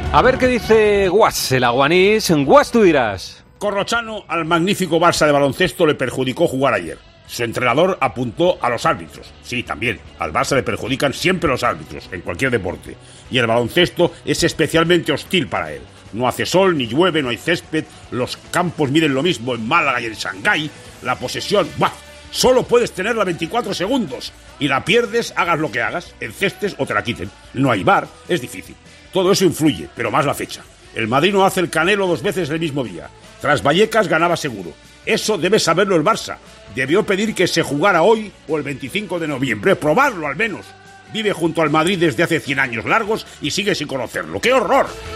A ver qué dice Guas, el aguanís. Guas, tú dirás. Corrochano al magnífico Barça de baloncesto le perjudicó jugar ayer. Su entrenador apuntó a los árbitros. Sí, también. Al Barça le perjudican siempre los árbitros, en cualquier deporte. Y el baloncesto es especialmente hostil para él. No hace sol, ni llueve, no hay césped. Los campos miden lo mismo en Málaga y en Shanghái. La posesión, ¡buah! Solo puedes tenerla 24 segundos. Y la pierdes, hagas lo que hagas, encestes o te la quiten. No hay VAR, es difícil. Todo eso influye, pero más la fecha. El Madrid no hace el Canelo 2 veces el mismo día. Tras Vallecas ganaba seguro. Eso debe saberlo el Barça. Debió pedir que se jugara hoy o el 25 de noviembre. Probarlo al menos. Vive junto al Madrid desde hace 100 años largos y sigue sin conocerlo. ¡Qué horror!